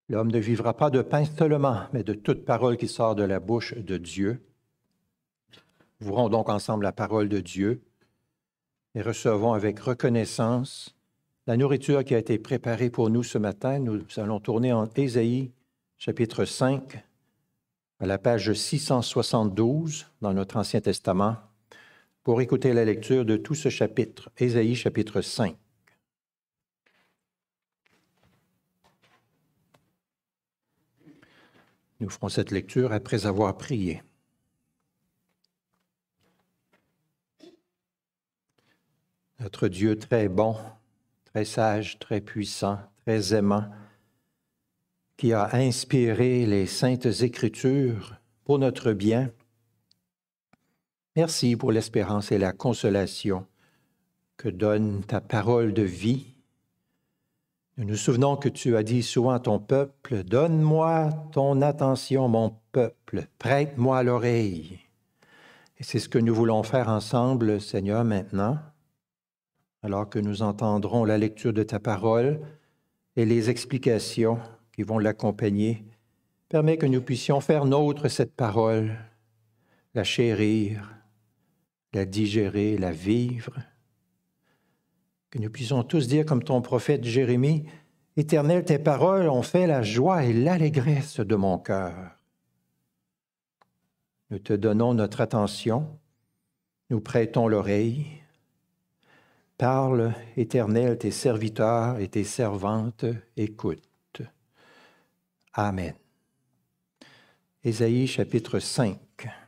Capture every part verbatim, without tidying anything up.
L'homme ne vivra pas de pain seulement, mais de toute parole qui sort de la bouche de Dieu. Ouvrons donc ensemble la parole de Dieu et recevons avec reconnaissance la nourriture qui a été préparée pour nous ce matin. Nous allons tourner en Ésaïe, chapitre cinq, à la page six cent soixante-douze dans notre Ancien Testament, pour écouter la lecture de tout ce chapitre, Ésaïe, chapitre cinq. Nous ferons cette lecture après avoir prié. Notre Dieu très bon, très sage, très puissant, très aimant, qui a inspiré les saintes Écritures pour notre bien. Merci pour l'espérance et la consolation que donne ta parole de vie. Nous nous souvenons que tu as dit souvent à ton peuple, « Donne-moi ton attention, mon peuple, prête-moi l'oreille. » Et c'est ce que nous voulons faire ensemble, Seigneur, maintenant, alors que nous entendrons la lecture de ta parole et les explications qui vont l'accompagner. Permets que nous puissions faire nôtre cette parole, la chérir, la digérer, la vivre. Que nous puissions tous dire comme ton prophète Jérémie, « Éternel, tes paroles ont fait la joie et l'allégresse de mon cœur. » Nous te donnons notre attention, nous prêtons l'oreille. Parle, Éternel, tes serviteurs et tes servantes écoutent. Amen. Ésaïe chapitre cinq.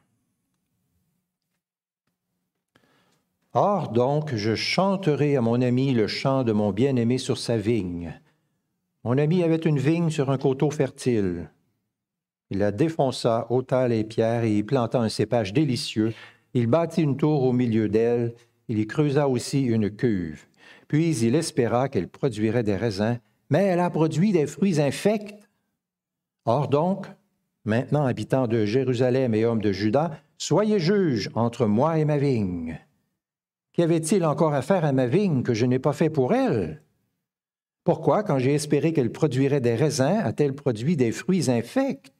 Or donc, je chanterai à mon ami le chant de mon bien-aimé sur sa vigne. Mon ami avait une vigne sur un coteau fertile. Il la défonça, ôta les pierres et y planta un cépage délicieux. Il bâtit une tour au milieu d'elle. Il y creusa aussi une cuve. Puis il espéra qu'elle produirait des raisins, mais elle a produit des fruits infects. Or donc, maintenant, habitants de Jérusalem et hommes de Juda, soyez juges entre moi et ma vigne. Qu'y avait-il encore à faire à ma vigne que je n'ai pas fait pour elle? Pourquoi, quand j'ai espéré qu'elle produirait des raisins, a-t-elle produit des fruits infects?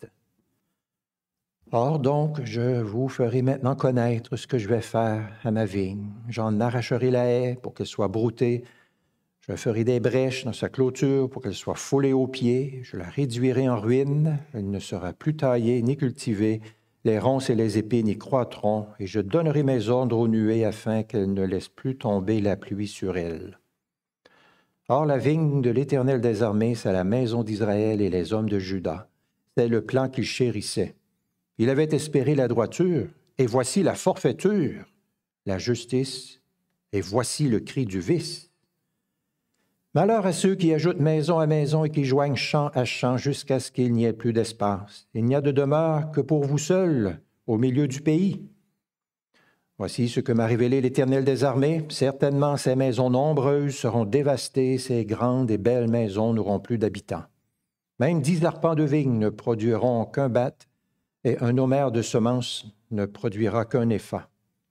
Or donc, je vous ferai maintenant connaître ce que je vais faire à ma vigne. J'en arracherai la haie pour qu'elle soit broutée. Je ferai des brèches dans sa clôture pour qu'elle soit foulée aux pieds. Je la réduirai en ruine. Elle ne sera plus taillée ni cultivée. Les ronces et les épines y croîtront, et je donnerai mes ordres aux nuées afin qu'elles ne laissent plus tomber la pluie sur elles. Or, la vigne de l'Éternel des armées, c'est la maison d'Israël et les hommes de Juda. C'est le plan qu'il chérissait. Il avait espéré la droiture, et voici la forfaiture, la justice, et voici le cri du vice. Malheur à ceux qui ajoutent maison à maison et qui joignent champ à champ jusqu'à ce qu'il n'y ait plus d'espace. Il n'y a de demeure que pour vous seuls, au milieu du pays. Voici ce que m'a révélé l'Éternel des armées. Certainement, ces maisons nombreuses seront dévastées, ces grandes et belles maisons n'auront plus d'habitants. Même dix arpents de vigne ne produiront qu'un batte, et un homère de semences ne produira qu'un épha.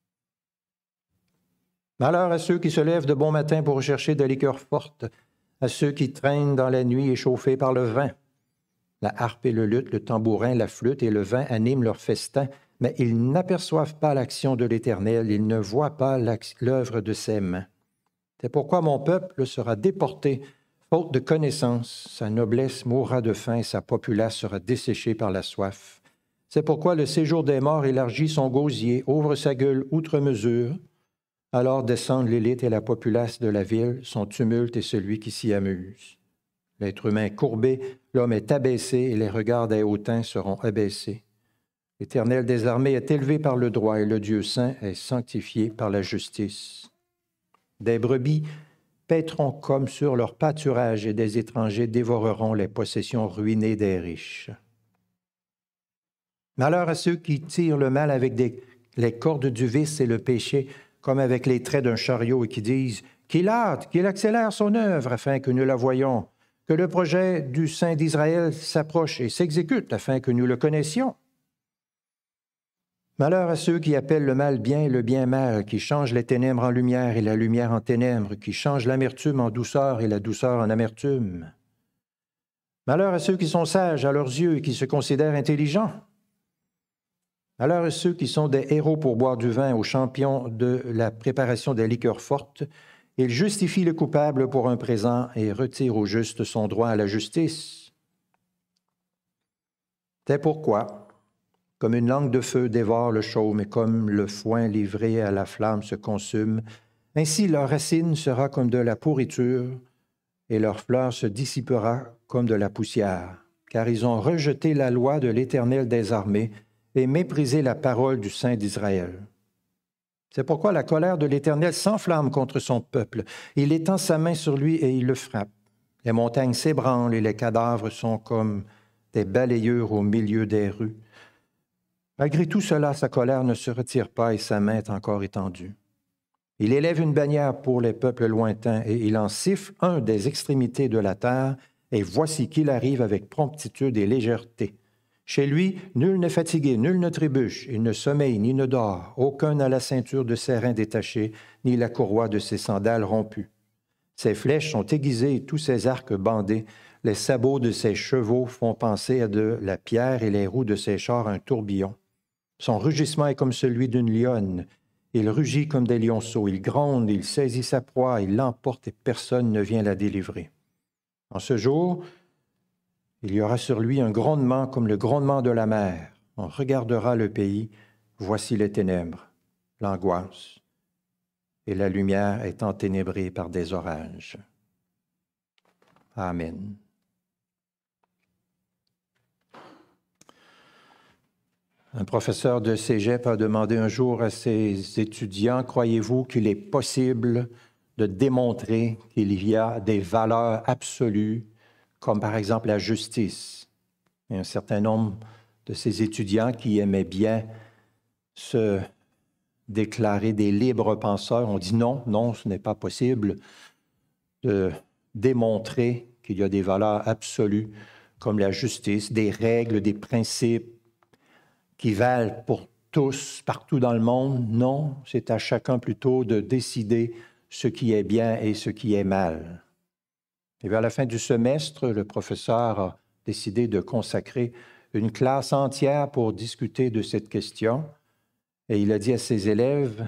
Malheur à ceux qui se lèvent de bon matin pour rechercher de liqueurs fortes, à ceux qui traînent dans la nuit échauffés par le vin. La harpe et le luth, le tambourin, la flûte et le vin animent leur festin, mais ils n'aperçoivent pas l'action de l'Éternel, ils ne voient pas l'œuvre de ses mains. C'est pourquoi mon peuple sera déporté, faute de connaissance. Sa noblesse mourra de faim, sa populace sera desséchée par la soif. C'est pourquoi le séjour des morts élargit son gosier, ouvre sa gueule outre mesure. Alors descendent l'élite et la populace de la ville, son tumulte et celui qui s'y amuse. L'être humain est courbé, l'homme est abaissé, et les regards des hautains seront abaissés. L'Éternel des armées est élevé par le droit, et le Dieu saint est sanctifié par la justice. Des brebis paîtront comme sur leur pâturage, et des étrangers dévoreront les possessions ruinées des riches. Malheur à ceux qui tirent le mal avec des, les cordes du vice et le péché, comme avec les traits d'un chariot, et qui disent « Qu'il hâte, qu'il accélère son œuvre afin que nous la voyions, que le projet du Saint d'Israël s'approche et s'exécute afin que nous le connaissions. » Malheur à ceux qui appellent le mal bien et le bien mal, qui changent les ténèbres en lumière et la lumière en ténèbres, qui changent l'amertume en douceur et la douceur en amertume. Malheur à ceux qui sont sages à leurs yeux et qui se considèrent intelligents. Malheur à ceux qui sont des héros pour boire du vin, aux champions de la préparation des liqueurs fortes. Ils justifient le coupable pour un présent et retirent au juste son droit à la justice. C'est pourquoi, comme une langue de feu dévore le chaume et comme le foin livré à la flamme se consume, ainsi leur racine sera comme de la pourriture et leur fleur se dissipera comme de la poussière, car ils ont rejeté la loi de l'Éternel des armées et méprisé la parole du Saint d'Israël. C'est pourquoi la colère de l'Éternel s'enflamme contre son peuple. Il étend sa main sur lui et il le frappe. Les montagnes s'ébranlent et les cadavres sont comme des balayures au milieu des rues. Malgré tout cela, sa colère ne se retire pas et sa main est encore étendue. Il élève une bannière pour les peuples lointains et il en siffle un des extrémités de la terre, et voici qu'il arrive avec promptitude et légèreté. Chez lui, nul n'est fatigué, nul ne trébuche, il ne sommeille ni ne dort, aucun n'a la ceinture de ses reins détachée, ni la courroie de ses sandales rompue. Ses flèches sont aiguisées et tous ses arcs bandés, les sabots de ses chevaux font penser à de la pierre et les roues de ses chars un tourbillon. Son rugissement est comme celui d'une lionne. Il rugit comme des lionceaux, il gronde, il saisit sa proie, il l'emporte et personne ne vient la délivrer. En ce jour, il y aura sur lui un grondement comme le grondement de la mer. On regardera le pays, voici les ténèbres, l'angoisse, et la lumière est enténébrée par des orages. Amen. Un professeur de cégep a demandé un jour à ses étudiants, croyez-vous qu'il est possible de démontrer qu'il y a des valeurs absolues, comme par exemple la justice? Il y a un certain nombre de ces étudiants qui aimaient bien se déclarer des libres penseurs ont dit non, non, ce n'est pas possible de démontrer qu'il y a des valeurs absolues comme la justice, des règles, des principes qui valent pour tous, partout dans le monde. Non, c'est à chacun plutôt de décider ce qui est bien et ce qui est mal. Et vers la fin du semestre, le professeur a décidé de consacrer une classe entière pour discuter de cette question. Et il a dit à ses élèves,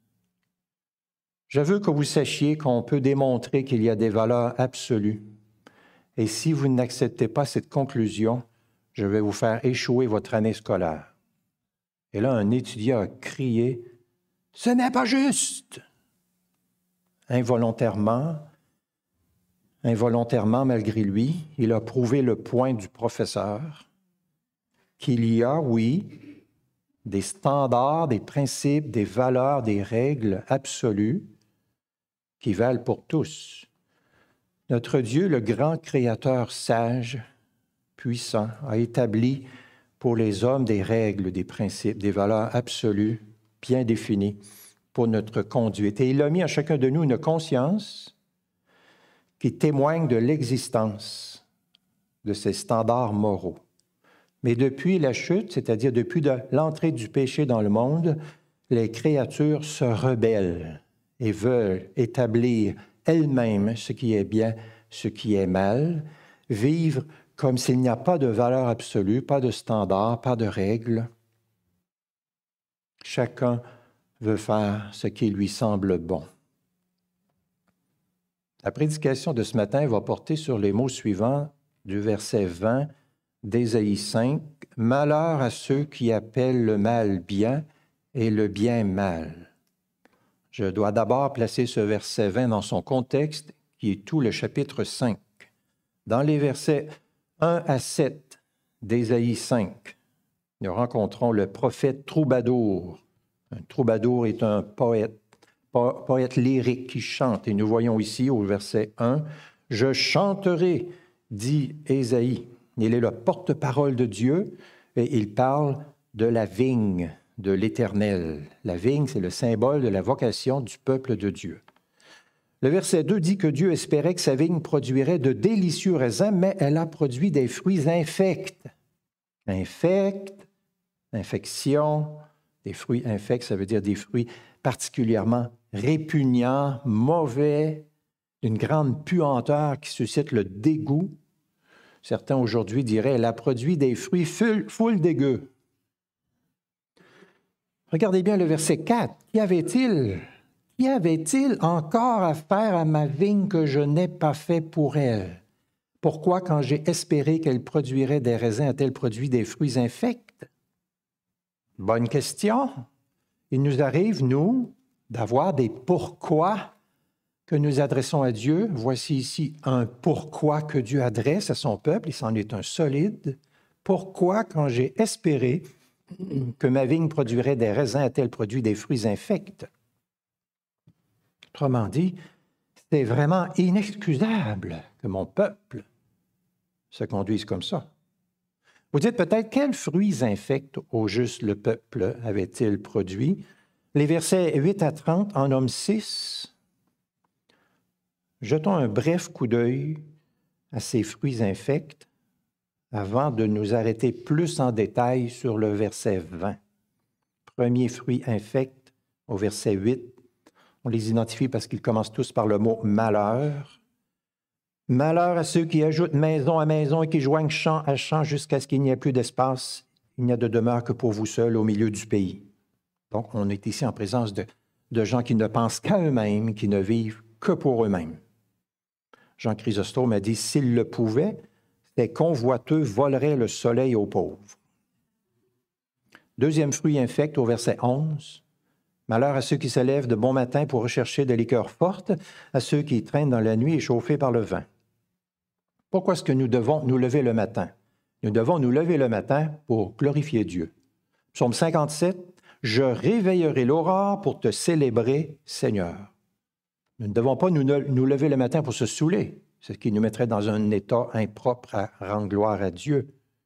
« Je veux que vous sachiez qu'on peut démontrer qu'il y a des valeurs absolues. Et si vous n'acceptez pas cette conclusion, je vais vous faire échouer votre année scolaire. » Et là, un étudiant a crié, « Ce n'est pas juste! » Involontairement, involontairement malgré lui, il a prouvé le point du professeur qu'il y a, oui, des standards, des principes, des valeurs, des règles absolues qui valent pour tous. Notre Dieu, le grand Créateur sage, puissant, a établi pour les hommes des règles, des principes, des valeurs absolues, bien définies pour notre conduite. Et il a mis à chacun de nous une conscience qui témoigne de l'existence de ces standards moraux. Mais depuis la chute, c'est-à-dire depuis l'entrée du péché dans le monde, les créatures se rebellent et veulent établir elles-mêmes ce qui est bien, ce qui est mal, vivre comme s'il n'y a pas de valeur absolue, pas de standard, pas de règles. Chacun veut faire ce qui lui semble bon. La prédication de ce matin va porter sur les mots suivants du verset vingt d'Ésaïe cinq. « Malheur à ceux qui appellent le mal bien et le bien mal. » Je dois d'abord placer ce verset vingt dans son contexte, qui est tout le chapitre cinq. Dans les versets un à sept d'Ésaïe cinq, nous rencontrons le prophète troubadour. Un troubadour est un poète, po- poète lyrique qui chante. Et nous voyons ici au verset un, « Je chanterai, dit Ésaïe. » Il est le porte-parole de Dieu et il parle de la vigne de l'Éternel. La vigne, c'est le symbole de la vocation du peuple de Dieu. Le verset deux dit que Dieu espérait que sa vigne produirait de délicieux raisins, mais elle a produit des fruits infects. Infects, infection, des fruits infects, ça veut dire des fruits particulièrement répugnants, mauvais, d'une grande puanteur qui suscite le dégoût. Certains aujourd'hui diraient, elle a produit des fruits full dégueux. Regardez bien le verset quatre. Qu'y avait-il? Qu'y avait-il encore à faire à ma vigne que je n'ai pas fait pour elle? Pourquoi, quand j'ai espéré qu'elle produirait des raisins, a-t-elle produit des fruits infects? Bonne question. Il nous arrive, nous, d'avoir des pourquoi que nous adressons à Dieu. Voici ici un pourquoi que Dieu adresse à son peuple. Il s'en est un solide. Pourquoi, quand j'ai espéré que ma vigne produirait des raisins, a-t-elle produit des fruits infects? Autrement dit, c'est vraiment inexcusable que mon peuple se conduise comme ça. Vous dites peut-être, quels fruits infects au juste le peuple avait-il produit? Les versets huit à trente en nomment six. Jetons un bref coup d'œil à ces fruits infects avant de nous arrêter plus en détail sur le verset vingt. Premier fruit infect au verset huit. On les identifie parce qu'ils commencent tous par le mot « malheur ». Malheur à ceux qui ajoutent maison à maison et qui joignent champ à champ jusqu'à ce qu'il n'y ait plus d'espace. Il n'y a de demeure que pour vous seuls au milieu du pays. Donc, on est ici en présence de, de gens qui ne pensent qu'à eux-mêmes, qui ne vivent que pour eux-mêmes. Jean Chrysostome a dit, s'il le pouvait, ces convoiteux voleraient le soleil aux pauvres. Deuxième fruit infect au verset onze. Malheur à ceux qui se lèvent de bon matin pour rechercher des liqueurs fortes, à ceux qui traînent dans la nuit échauffés par le vent. Pourquoi est-ce que nous devons nous lever le matin? Nous devons nous lever le matin pour glorifier Dieu. Psaume cinquante-sept, « Je réveillerai l'aurore pour te célébrer, Seigneur. » Nous ne devons pas nous, nous lever le matin pour se saouler, ce qui nous mettrait dans un état impropre à rendre gloire à Dieu.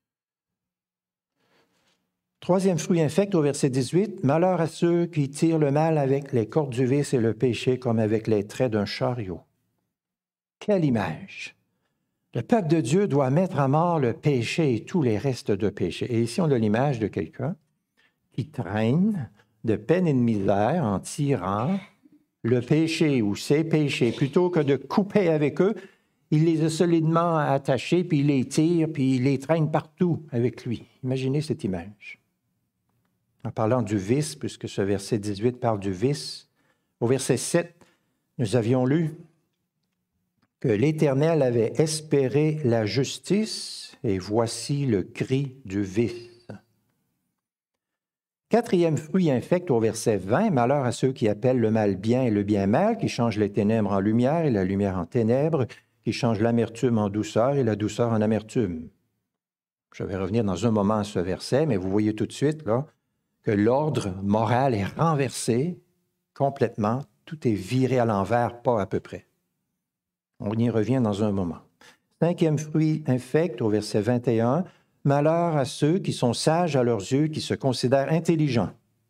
Troisième fruit infect au verset dix-huit, « Malheur à ceux qui tirent le mal avec les cordes du vice et le péché comme avec les traits d'un chariot. » Quelle image! Le peuple de Dieu doit mettre à mort le péché et tous les restes de péché. Et ici, on a l'image de quelqu'un qui traîne de peine et de misère en tirant le péché ou ses péchés. Plutôt que de couper avec eux, il les a solidement attachés, puis il les tire, puis il les traîne partout avec lui. Imaginez cette image. En parlant du vice, puisque ce verset dix-huit parle du vice, au verset sept, nous avions lu que l'Éternel avait espéré la justice, et voici le cri du vice. Quatrième fruit infect au verset vingt, malheur à ceux qui appellent le mal bien et le bien mal, qui changent les ténèbres en lumière et la lumière en ténèbres, qui changent l'amertume en douceur et la douceur en amertume. Je vais revenir dans un moment à ce verset, mais vous voyez tout de suite là, que l'ordre moral est renversé complètement, tout est viré à l'envers, pas à peu près. On y revient dans un moment. Cinquième fruit infect au verset vingt et un, malheur à ceux qui sont sages à leurs yeux, qui se considèrent intelligents.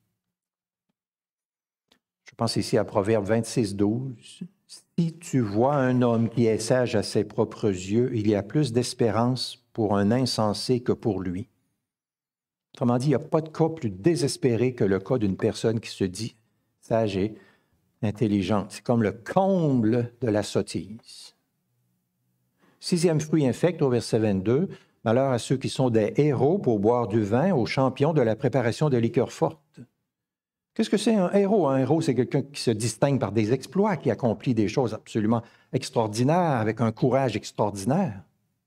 Je pense ici à Proverbe vingt-six, douze. Si tu vois un homme qui est sage à ses propres yeux, il y a plus d'espérance pour un insensé que pour lui. Autrement dit, il n'y a pas de cas plus désespéré que le cas d'une personne qui se dit sage et intelligente. C'est comme le comble de la sottise. Sixième fruit infect au verset vingt-deux, malheur à ceux qui sont des héros pour boire du vin, aux champions de la préparation de liqueurs fortes. Qu'est-ce que c'est un héros? Un héros, c'est quelqu'un qui se distingue par des exploits, qui accomplit des choses absolument extraordinaires, avec un courage extraordinaire.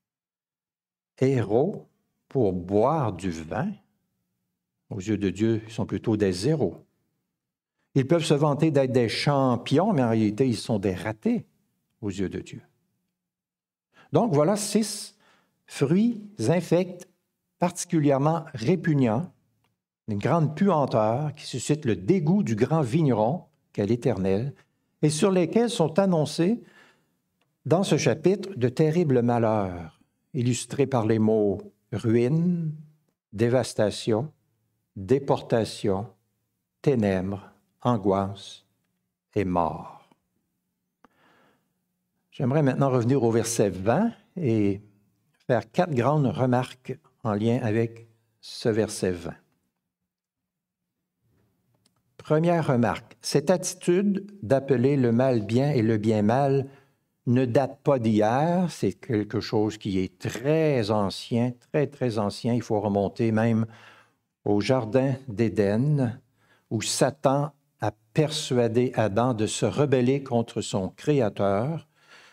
Héros pour boire du vin, aux yeux de Dieu, ils sont plutôt des héros. Ils peuvent se vanter d'être des champions, mais en réalité, ils sont des ratés aux yeux de Dieu. Donc, voilà six fruits infects particulièrement répugnants, une grande puanteur qui suscite le dégoût du grand vigneron, qu'est l'Éternel, et sur lesquels sont annoncés dans ce chapitre de terribles malheurs, illustrés par les mots ruine, dévastation, déportation, ténèbres, angoisse et mort. J'aimerais maintenant revenir au verset vingt et faire quatre grandes remarques en lien avec ce verset vingt. Première remarque, cette attitude d'appeler le mal bien et le bien mal ne date pas d'hier, c'est quelque chose qui est très ancien, très, très ancien. Il faut remonter même au Jardin d'Éden, où Satan a persuadé Adam de se rebeller contre son Créateur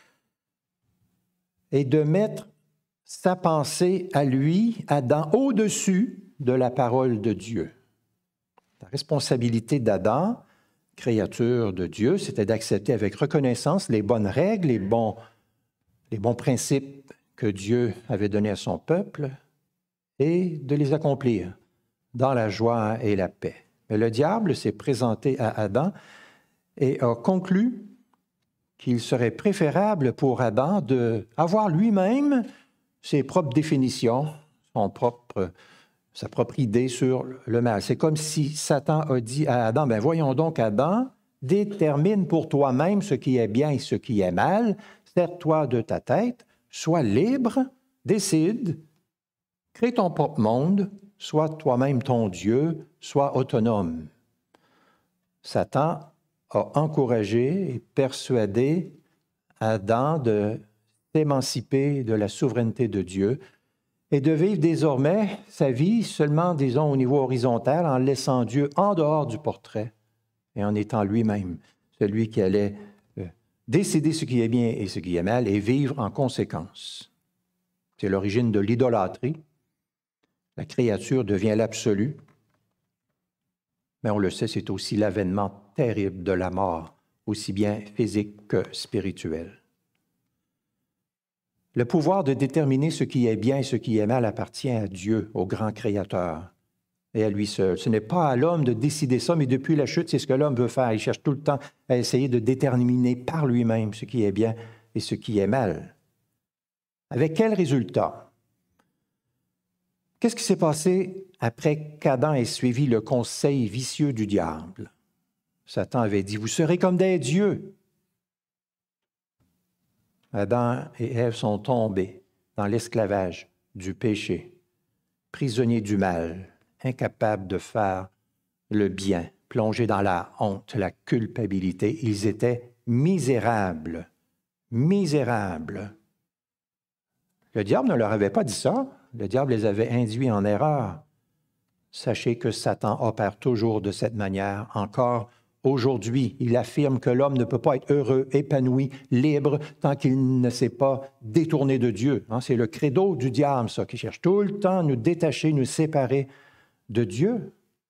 et de mettre sa pensée à lui, Adam, au-dessus de la parole de Dieu. La responsabilité d'Adam, créature de Dieu, c'était d'accepter avec reconnaissance les bonnes règles, les bons, les bons principes que Dieu avait donnés à son peuple et de les accomplir dans la joie et la paix. Mais le diable s'est présenté à Adam et a conclu qu'il serait préférable pour Adam d'avoir lui-même ses propres définitions, son propre, sa propre idée sur le mal. C'est comme si Satan a dit à Adam, « Bien, voyons donc, Adam, détermine pour toi-même ce qui est bien et ce qui est mal, sers-toi de ta tête, sois libre, décide, crée ton propre monde, sois toi-même ton Dieu, sois autonome. » Satan a encouragé et persuadé Adam de s'émanciper de la souveraineté de Dieu et de vivre désormais sa vie seulement, disons, au niveau horizontal, en laissant Dieu en dehors du portrait et en étant lui-même celui qui allait euh, décider ce qui est bien et ce qui est mal et vivre en conséquence. C'est l'origine de l'idolâtrie. La créature devient l'absolu. Mais on le sait, c'est aussi l'avènement terrible de la mort, aussi bien physique que spirituelle. Le pouvoir de déterminer ce qui est bien et ce qui est mal appartient à Dieu, au grand Créateur, et à lui seul. Ce n'est pas à l'homme de décider ça, mais depuis la chute, c'est ce que l'homme veut faire. Il cherche tout le temps à essayer de déterminer par lui-même ce qui est bien et ce qui est mal. Avec quel résultat? Qu'est-ce qui s'est passé après qu'Adam ait suivi le conseil vicieux du diable? Satan avait dit, « Vous serez comme des dieux. » Adam et Ève sont tombés dans l'esclavage du péché, prisonniers du mal, incapables de faire le bien, plongés dans la honte, la culpabilité. Ils étaient misérables, misérables. Le diable ne leur avait pas dit ça. Le diable les avait induits en erreur. Sachez que Satan opère toujours de cette manière. Encore aujourd'hui, il affirme que l'homme ne peut pas être heureux, épanoui, libre, tant qu'il ne s'est pas détourné de Dieu. Hein, c'est le credo du diable, ça, qui cherche tout le temps à nous détacher, nous séparer de Dieu.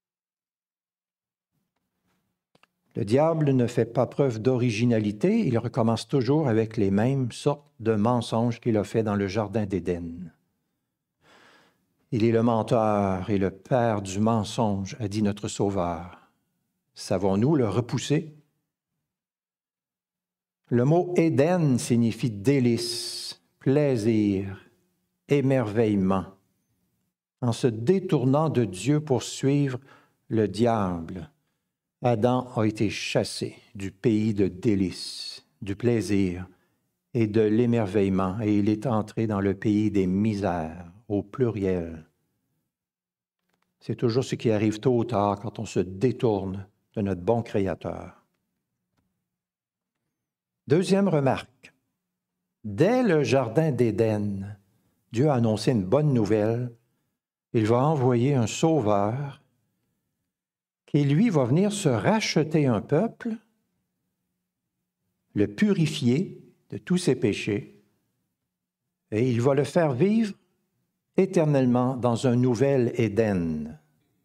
Le diable ne fait pas preuve d'originalité, il recommence toujours avec les mêmes sortes de mensonges qu'il a fait dans le Jardin d'Éden. Il est le menteur et le père du mensonge, a dit notre Sauveur. Savons-nous le repousser? Le mot Éden signifie délice, plaisir, émerveillement. En se détournant de Dieu pour suivre le diable, Adam a été chassé du pays de délices, du plaisir et de l'émerveillement, et il est entré dans le pays des misères, au pluriel. C'est toujours ce qui arrive tôt ou tard quand on se détourne de notre bon Créateur. Deuxième remarque. Dès le Jardin d'Éden, Dieu a annoncé une bonne nouvelle. Il va envoyer un sauveur qui, lui, va venir se racheter un peuple, le purifier de tous ses péchés, et il va le faire vivre éternellement dans un nouvel Éden.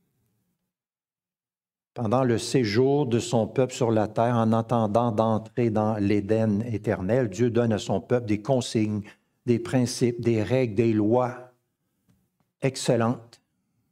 Pendant le séjour de son peuple sur la terre, en attendant d'entrer dans l'Éden éternel, Dieu donne à son peuple des consignes, des principes, des règles, des lois excellentes.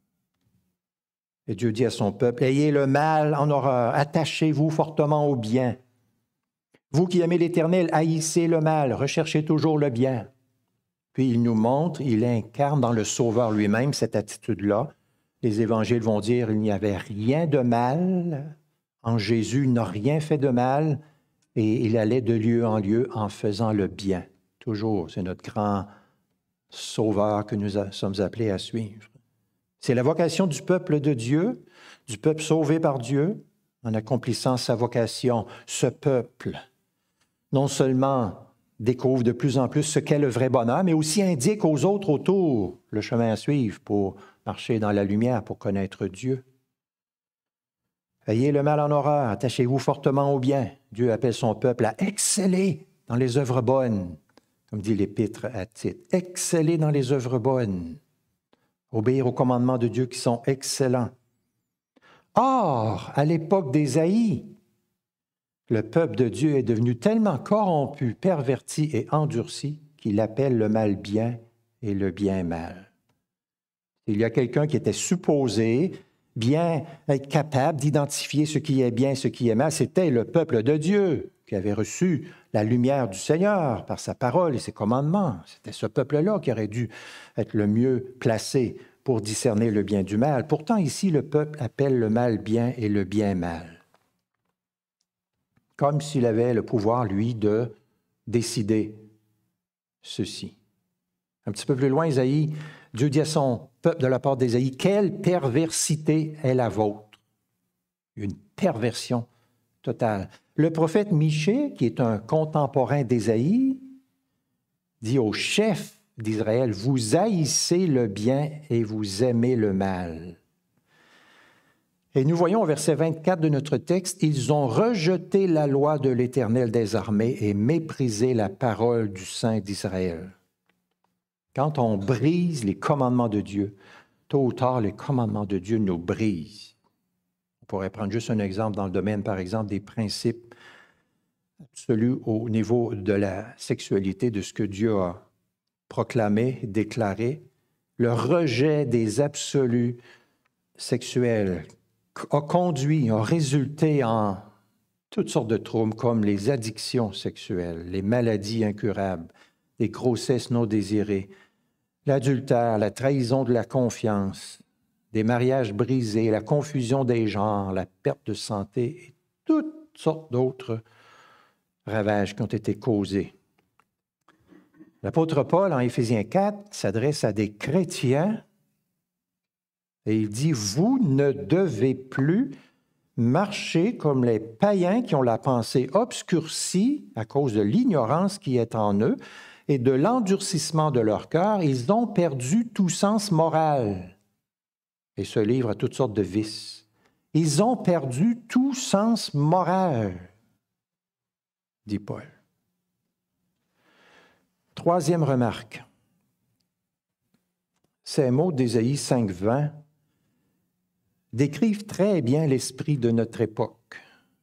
Et Dieu dit à son peuple, « Ayez le mal en horreur, attachez-vous fortement au bien. Vous qui aimez l'Éternel, haïssez le mal, recherchez toujours le bien. » Puis il nous montre, il incarne dans le Sauveur lui-même cette attitude-là. Les évangiles vont dire qu'il n'y avait rien de mal en Jésus, il n'a rien fait de mal et il allait de lieu en lieu en faisant le bien. Toujours, c'est notre grand Sauveur que nous sommes appelés à suivre. C'est la vocation du peuple de Dieu, du peuple sauvé par Dieu, en accomplissant sa vocation. Ce peuple, non seulement découvre de plus en plus ce qu'est le vrai bonheur, mais aussi indique aux autres autour le chemin à suivre pour marcher dans la lumière, pour connaître Dieu. Ayez le mal en horreur, attachez-vous fortement au bien. Dieu appelle son peuple à exceller dans les œuvres bonnes, comme dit l'Épître à Tite. Exceller dans les œuvres bonnes. Obéir aux commandements de Dieu qui sont excellents. Or, à l'époque d'Ésaïe, le peuple de Dieu est devenu tellement corrompu, perverti et endurci qu'il appelle le mal bien et le bien mal. Il y a quelqu'un qui était supposé bien être capable d'identifier ce qui est bien et ce qui est mal. C'était le peuple de Dieu qui avait reçu la lumière du Seigneur par sa parole et ses commandements. C'était ce peuple-là qui aurait dû être le mieux placé pour discerner le bien du mal. Pourtant, ici, le peuple appelle le mal bien et le bien mal. Comme s'il avait le pouvoir, lui, de décider ceci. Un petit peu plus loin, Isaïe, Dieu dit à son peuple de la part d'Ésaïe, « Quelle perversité est la vôtre! » Une perversion totale. Le prophète Michée, qui est un contemporain d'Ésaïe, dit au chef d'Israël, « Vous haïssez le bien et vous aimez le mal. » Et nous voyons au verset vingt-quatre de notre texte, « Ils ont rejeté la loi de l'Éternel des armées et méprisé la parole du Saint d'Israël. » Quand on brise les commandements de Dieu, tôt ou tard, les commandements de Dieu nous brisent. On pourrait prendre juste un exemple dans le domaine, par exemple, des principes absolus au niveau de la sexualité, de ce que Dieu a proclamé, déclaré. Le rejet des absolus sexuels a conduit, a résulté en toutes sortes de troubles comme les addictions sexuelles, les maladies incurables, les grossesses non désirées, l'adultère, la trahison de la confiance, des mariages brisés, la confusion des genres, la perte de santé et toutes sortes d'autres ravages qui ont été causés. L'apôtre Paul, en Éphésiens quatre, s'adresse à des chrétiens et il dit « Vous ne devez plus marcher comme les païens qui ont la pensée obscurcie à cause de l'ignorance qui est en eux et de l'endurcissement de leur cœur. Ils ont perdu tout sens moral et se livrent à toutes sortes de vices. Ils ont perdu tout sens moral, dit Paul. Troisième remarque. Ces mots d'Ésaïe cinq vingt décrivent très bien l'esprit de notre époque.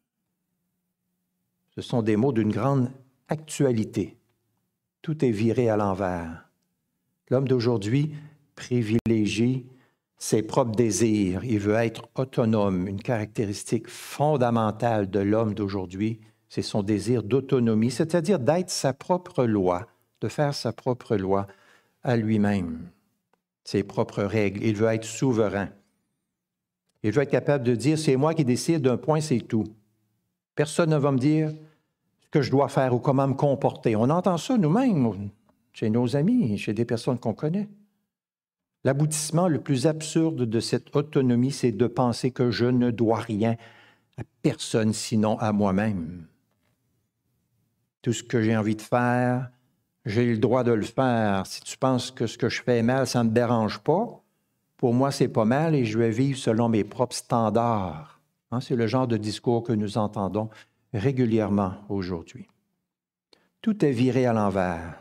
Ce sont des mots d'une grande actualité. Tout est viré à l'envers. L'homme d'aujourd'hui privilégie ses propres désirs. Il veut être autonome. Une caractéristique fondamentale de l'homme d'aujourd'hui, c'est son désir d'autonomie, c'est-à-dire d'être sa propre loi, de faire sa propre loi à lui-même, ses propres règles. Il veut être souverain. Il veut être capable de dire, c'est moi qui décide d'un point, c'est tout. Personne ne va me dire ce que je dois faire ou comment me comporter. On entend ça nous-mêmes, chez nos amis, chez des personnes qu'on connaît. L'aboutissement le plus absurde de cette autonomie, c'est de penser que je ne dois rien à personne sinon à moi-même. Tout ce que j'ai envie de faire, j'ai le droit de le faire. Si tu penses que ce que je fais est mal, ça ne me dérange pas. Pour moi, c'est pas mal et je vais vivre selon mes propres standards. Hein, c'est le genre de discours que nous entendons régulièrement aujourd'hui. Tout est viré à l'envers.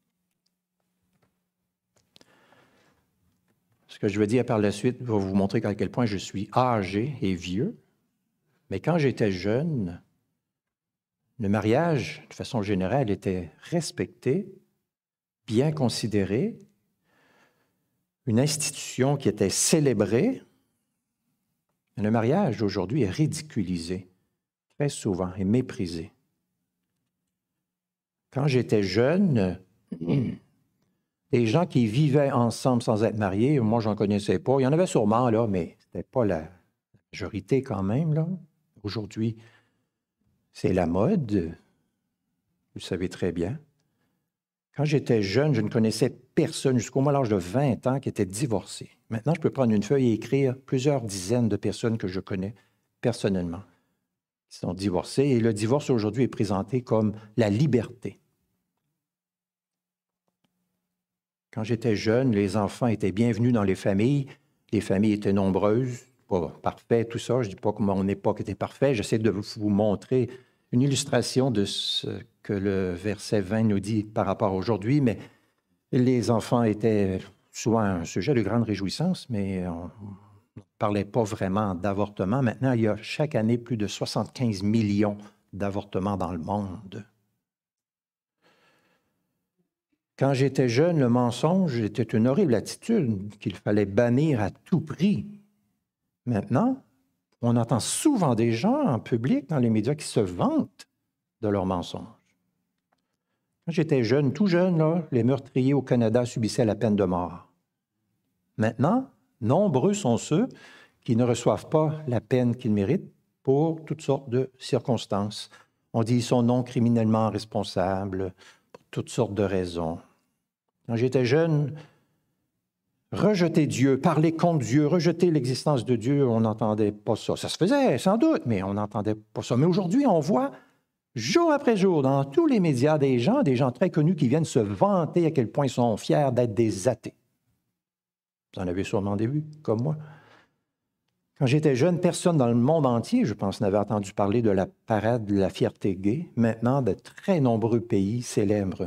Ce que je veux dire par la suite va vous montrer à quel point je suis âgé et vieux. Mais quand j'étais jeune, le mariage, de façon générale, était respecté, bien considéré, une institution qui était célébrée. Le mariage aujourd'hui est ridiculisé, très souvent, et méprisé. Quand j'étais jeune, les gens qui vivaient ensemble sans être mariés, moi, je n'en connaissais pas. Il y en avait sûrement, là, mais ce n'était pas la majorité quand même, là. Aujourd'hui, c'est la mode, vous savez très bien. Quand j'étais jeune, je ne connaissais personne jusqu'au moins l'âge de vingt ans qui était divorcé. Maintenant, je peux prendre une feuille et écrire plusieurs dizaines de personnes que je connais personnellement qui sont divorcées. Et le divorce aujourd'hui est présenté comme la liberté. Quand j'étais jeune, les enfants étaient bienvenus dans les familles. Les familles étaient nombreuses, pas parfait, tout ça. Je ne dis pas que mon époque était parfaite. J'essaie de vous montrer une illustration de ce que le verset vingt nous dit par rapport à aujourd'hui, mais les enfants étaient souvent un sujet de grande réjouissance, mais on ne parlait pas vraiment d'avortement. Maintenant, il y a chaque année plus de soixante-quinze millions d'avortements dans le monde. Quand j'étais jeune, le mensonge était une horrible attitude qu'il fallait bannir à tout prix. Maintenant, on entend souvent des gens en public, dans les médias, qui se vantent de leurs mensonges. Quand j'étais jeune, tout jeune, là, les meurtriers au Canada subissaient la peine de mort. Maintenant, nombreux sont ceux qui ne reçoivent pas la peine qu'ils méritent pour toutes sortes de circonstances. On dit qu'ils sont non criminellement responsables pour toutes sortes de raisons. Quand j'étais jeune, rejeter Dieu, parler contre Dieu, rejeter l'existence de Dieu, on n'entendait pas ça. Ça se faisait, sans doute, mais on n'entendait pas ça. Mais aujourd'hui, on voit jour après jour dans tous les médias des gens, des gens très connus qui viennent se vanter à quel point ils sont fiers d'être des athées. Vous en avez sûrement des vues, comme moi. Quand j'étais jeune, personne dans le monde entier, je pense, n'avait entendu parler de la parade de la fierté gay. Maintenant, de très nombreux pays célèbrent.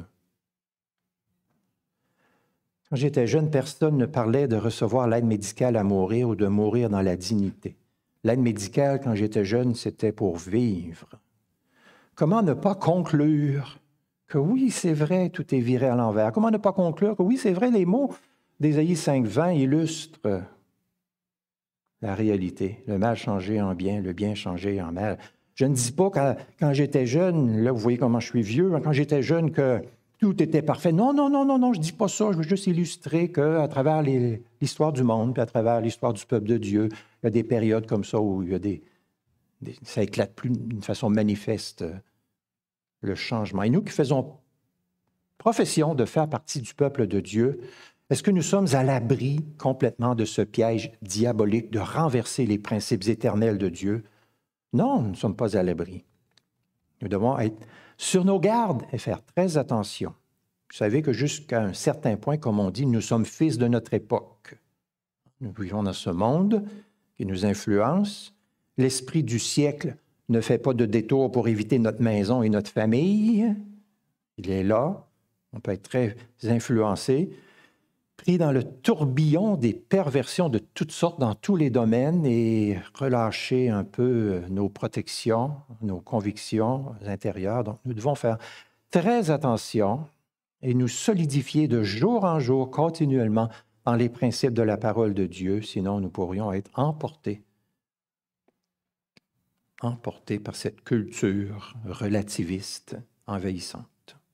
Quand j'étais jeune, personne ne parlait de recevoir l'aide médicale à mourir ou de mourir dans la dignité. L'aide médicale, quand j'étais jeune, c'était pour vivre. Comment ne pas conclure que oui, c'est vrai, tout est viré à l'envers? Comment ne pas conclure que oui, c'est vrai, les mots d'Ésaïe cinq vingt illustrent la réalité, le mal changé en bien, le bien changé en mal. Je ne dis pas que quand j'étais jeune, là, vous voyez comment je suis vieux, quand j'étais jeune, que tout était parfait. Non, non, non, non, non, je ne dis pas ça. Je veux juste illustrer qu'à travers les, l'histoire du monde, puis à travers l'histoire du peuple de Dieu, il y a des périodes comme ça où il y a des, des ça éclate plus d'une façon manifeste, le changement. Et nous qui faisons profession de faire partie du peuple de Dieu, est-ce que nous sommes à l'abri complètement de ce piège diabolique de renverser les principes éternels de Dieu? Non, nous ne sommes pas à l'abri. Nous devons être sur nos gardes et faire très attention. Vous savez que jusqu'à un certain point, comme on dit, nous sommes fils de notre époque. Nous vivons dans ce monde qui nous influence. L'esprit du siècle ne fait pas de détour pour éviter notre maison et notre famille. Il est là. On peut être très influencé, pris dans le tourbillon des perversions de toutes sortes dans tous les domaines et relâcher un peu nos protections, nos convictions intérieures. Donc, nous devons faire très attention et nous solidifier de jour en jour, continuellement, dans les principes de la parole de Dieu, sinon nous pourrions être emportés, emportés par cette culture relativiste envahissante.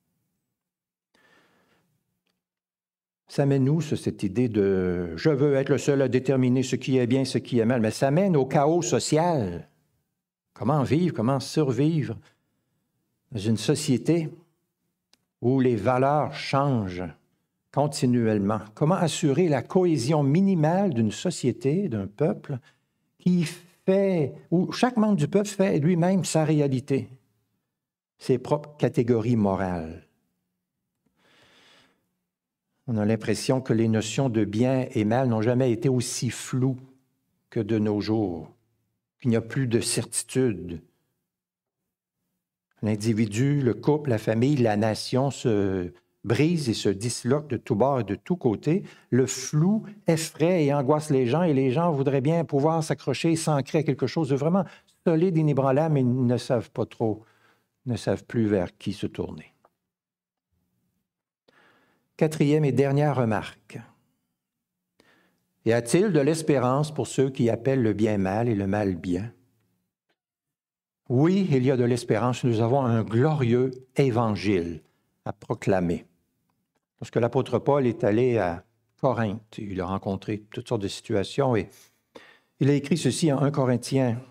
Ça mène où, cette idée de « je veux être le seul à déterminer ce qui est bien, ce qui est mal », mais ça mène au chaos social. Comment vivre, comment survivre dans une société où les valeurs changent continuellement? Comment assurer la cohésion minimale d'une société, d'un peuple, qui fait, où chaque membre du peuple fait lui-même sa réalité, ses propres catégories morales? On a l'impression que les notions de bien et mal n'ont jamais été aussi floues que de nos jours, qu'il n'y a plus de certitude. L'individu, le couple, la famille, la nation se brisent et se disloquent de tous bords et de tous côtés. Le flou effraie et angoisse les gens et les gens voudraient bien pouvoir s'accrocher et s'ancrer à quelque chose de vraiment solide, inébranlable, mais ils ne savent pas trop, ne savent plus vers qui se tourner. Quatrième et dernière remarque. Y a-t-il de l'espérance pour ceux qui appellent le bien mal et le mal bien? Oui, il y a de l'espérance. Nous avons un glorieux évangile à proclamer. Lorsque l'apôtre Paul est allé à Corinthe, il a rencontré toutes sortes de situations et il a écrit ceci en premier Corinthiens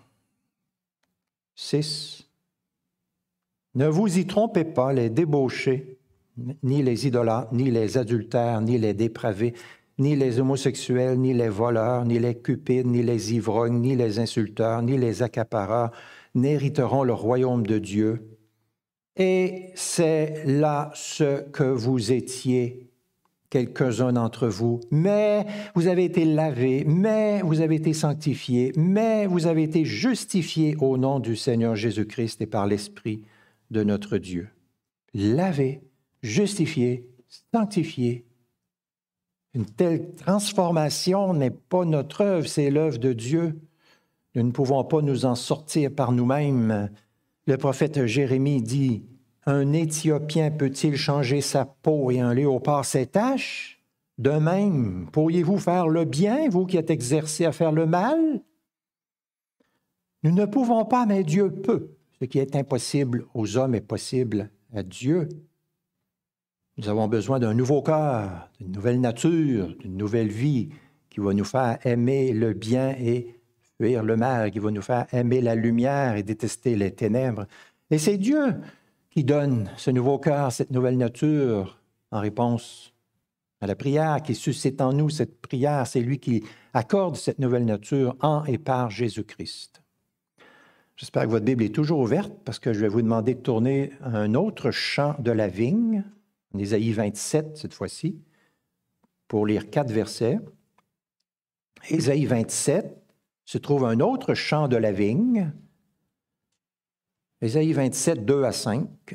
six. « Ne vous y trompez pas, les débauchés, ni les idolâtres, ni les adultères, ni les dépravés, ni les homosexuels, ni les voleurs, ni les cupides, ni les ivrognes, ni les insulteurs, ni les accapareurs n'hériteront le royaume de Dieu. Et c'est là ce que vous étiez quelques-uns d'entre vous, mais vous avez été lavés, mais vous avez été sanctifiés, mais vous avez été justifiés au nom du Seigneur Jésus-Christ et par l'Esprit de notre Dieu. Lavés, justifiés, sanctifiés. Une telle transformation n'est pas notre œuvre, c'est l'œuvre de Dieu. Nous ne pouvons pas nous en sortir par nous-mêmes. Le prophète Jérémie dit, « Un Éthiopien peut-il changer sa peau et un léopard ses taches? De même, pourriez-vous faire le bien, vous qui êtes exercés à faire le mal? » Nous ne pouvons pas, mais Dieu peut. Ce qui est impossible aux hommes est possible à Dieu. Nous avons besoin d'un nouveau cœur, d'une nouvelle nature, d'une nouvelle vie qui va nous faire aimer le bien et fuir le mal, qui va nous faire aimer la lumière et détester les ténèbres. Et c'est Dieu qui donne ce nouveau cœur, cette nouvelle nature en réponse à la prière, qui suscite en nous cette prière. C'est lui qui accorde cette nouvelle nature en et par Jésus-Christ. J'espère que votre Bible est toujours ouverte parce que je vais vous demander de tourner un autre chant de la vigne, en Ésaïe vingt-sept cette fois-ci, pour lire quatre versets. Ésaïe vingt-sept se trouve un autre chant de la vigne, Ésaïe vingt-sept, deux à cinq.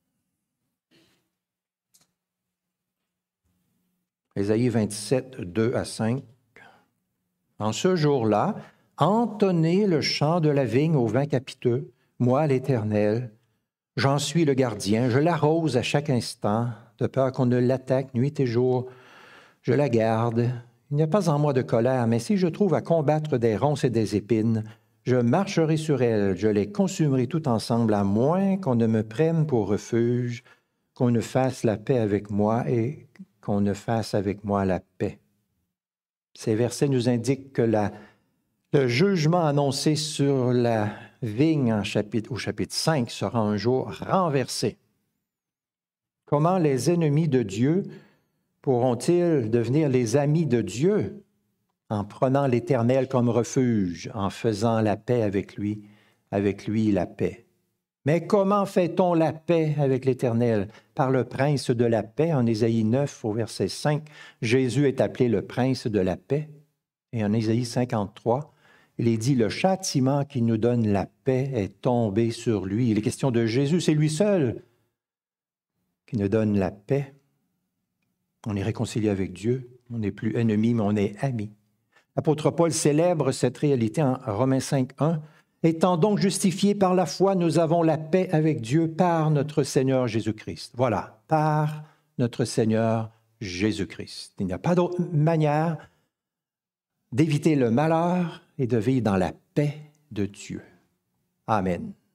Ésaïe vingt-sept, deux à cinq. En ce jour-là, entonnez le chant de la vigne au vin capiteux, moi l'Éternel. J'en suis le gardien, je l'arrose à chaque instant, de peur qu'on ne l'attaque nuit et jour. Je la garde. Il n'y a pas en moi de colère, mais si je trouve à combattre des ronces et des épines, je marcherai sur elles, je les consumerai tout ensemble, à moins qu'on ne me prenne pour refuge, qu'on ne fasse la paix avec moi et qu'on ne fasse avec moi la paix. Ces versets nous indiquent que la, le jugement annoncé sur la vigne en chapitre, au chapitre cinq sera un jour renversé. Comment les ennemis de Dieu pourront-ils devenir les amis de Dieu en prenant l'Éternel comme refuge, en faisant la paix avec lui, avec lui la paix? Mais comment fait-on la paix avec l'Éternel? Par le prince de la paix. En Ésaïe neuf, au verset cinq, Jésus est appelé le prince de la paix. Et en Ésaïe cinquante-trois, il est dit, le châtiment qui nous donne la paix est tombé sur lui. Il est question de Jésus, c'est lui seul qui nous donne la paix. On est réconcilié avec Dieu, on n'est plus ennemi, mais on est amis. L'apôtre Paul célèbre cette réalité en Romains cinq, un. Étant donc justifiés par la foi, nous avons la paix avec Dieu par notre Seigneur Jésus-Christ. Voilà, par notre Seigneur Jésus-Christ. Il n'y a pas d'autre manière d'éviter le malheur et de vivre dans la paix de Dieu. Amen.